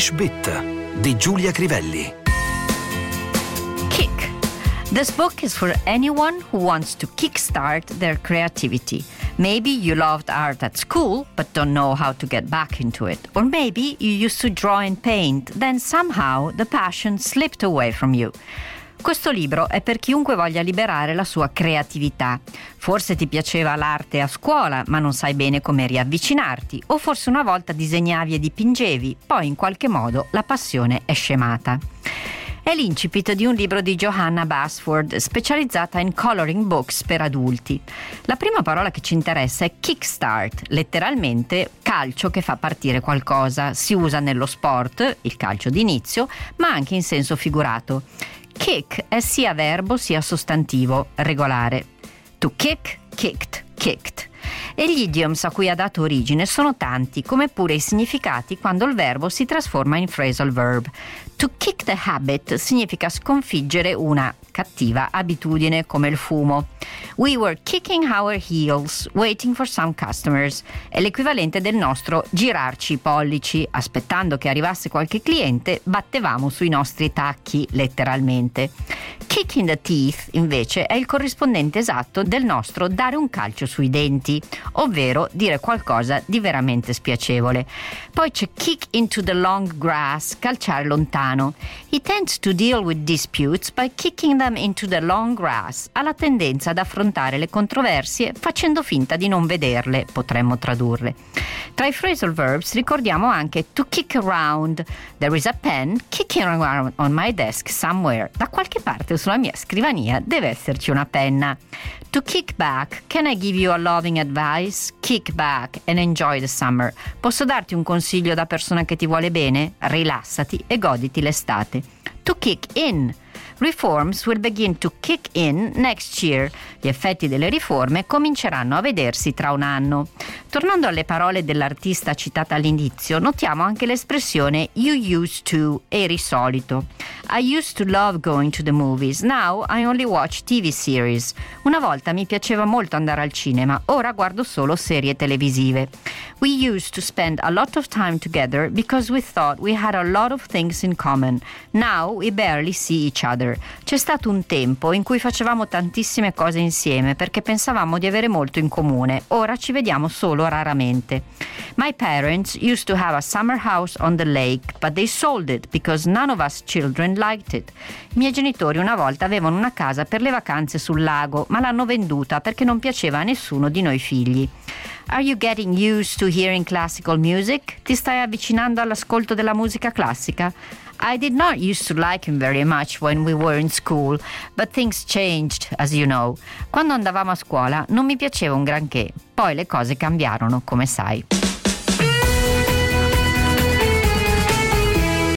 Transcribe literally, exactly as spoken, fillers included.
English Bit di Giulia Crivelli. Kick. This book is for anyone who wants to kickstart their creativity. Maybe you loved art at school but don't know how to get back into it. Or maybe you used to draw and paint, then somehow the passion slipped away from you. Questo libro è per chiunque voglia liberare la sua creatività. Forse ti piaceva l'arte a scuola, ma non sai bene come riavvicinarti, o forse una volta disegnavi e dipingevi, poi in qualche modo la passione è scemata. È l'incipit di un libro di Johanna Basford, specializzata in coloring books per adulti. La prima parola che ci interessa è kickstart, letteralmente calcio che fa partire qualcosa. Si usa nello sport, il calcio d'inizio, ma anche in senso figurato. Kick è sia verbo sia sostantivo, regolare. To kick, kicked, kicked. E gli idioms a cui ha dato origine sono tanti, come pure i significati quando il verbo si trasforma in phrasal verb. To kick the habit significa sconfiggere una cattiva abitudine come il fumo. We were kicking our heels, waiting for some customers. È l'equivalente del nostro girarci i pollici, aspettando che arrivasse qualche cliente, battevamo sui nostri tacchi, letteralmente. Kick in the teeth, invece, è il corrispondente esatto del nostro dare un calcio sui denti, ovvero dire qualcosa di veramente spiacevole. Poi c'è kick into the long grass, calciare lontano. He tends to deal with disputes by kicking them into the long grass. Ha la tendenza ad affrontare le controversie facendo finta di non vederle, potremmo tradurle. Tra i phrasal verbs ricordiamo anche to kick around. There is a pen kicking around on my desk somewhere. Da qualche parte sulla mia scrivania deve esserci una penna. To kick back. Can I give you a loving advice? Kick back and enjoy the summer. Posso darti un consiglio da persona che ti vuole bene? Rilassati e goditi l'estate. To kick in. Reforms will begin to kick in next year. Gli effetti delle riforme cominceranno a vedersi tra un anno. Tornando alle parole dell'artista citata all'inizio, notiamo anche l'espressione you used to, eri solito. I used to love going to the movies, now I only watch T V series. Una volta mi piaceva molto andare al cinema, ora guardo solo serie televisive. We used to spend a lot of time together because we thought we had a lot of things in common. Now we barely see each other. C'è stato un tempo in cui facevamo tantissime cose insieme perché pensavamo di avere molto in comune. Ora ci vediamo solo raramente. My parents used to have a summer house on the lake, but they sold it because none of us children liked it. I miei genitori una volta avevano una casa per le vacanze sul lago, ma l'hanno venduta perché non piaceva a nessuno di noi figli. Are you getting used to hearing classical music? Ti stai avvicinando all'ascolto della musica classica? I did not used to like him very much when we were in school, but things changed, as you know. Quando andavamo a scuola non mi piaceva un granché, poi le cose cambiarono, come sai.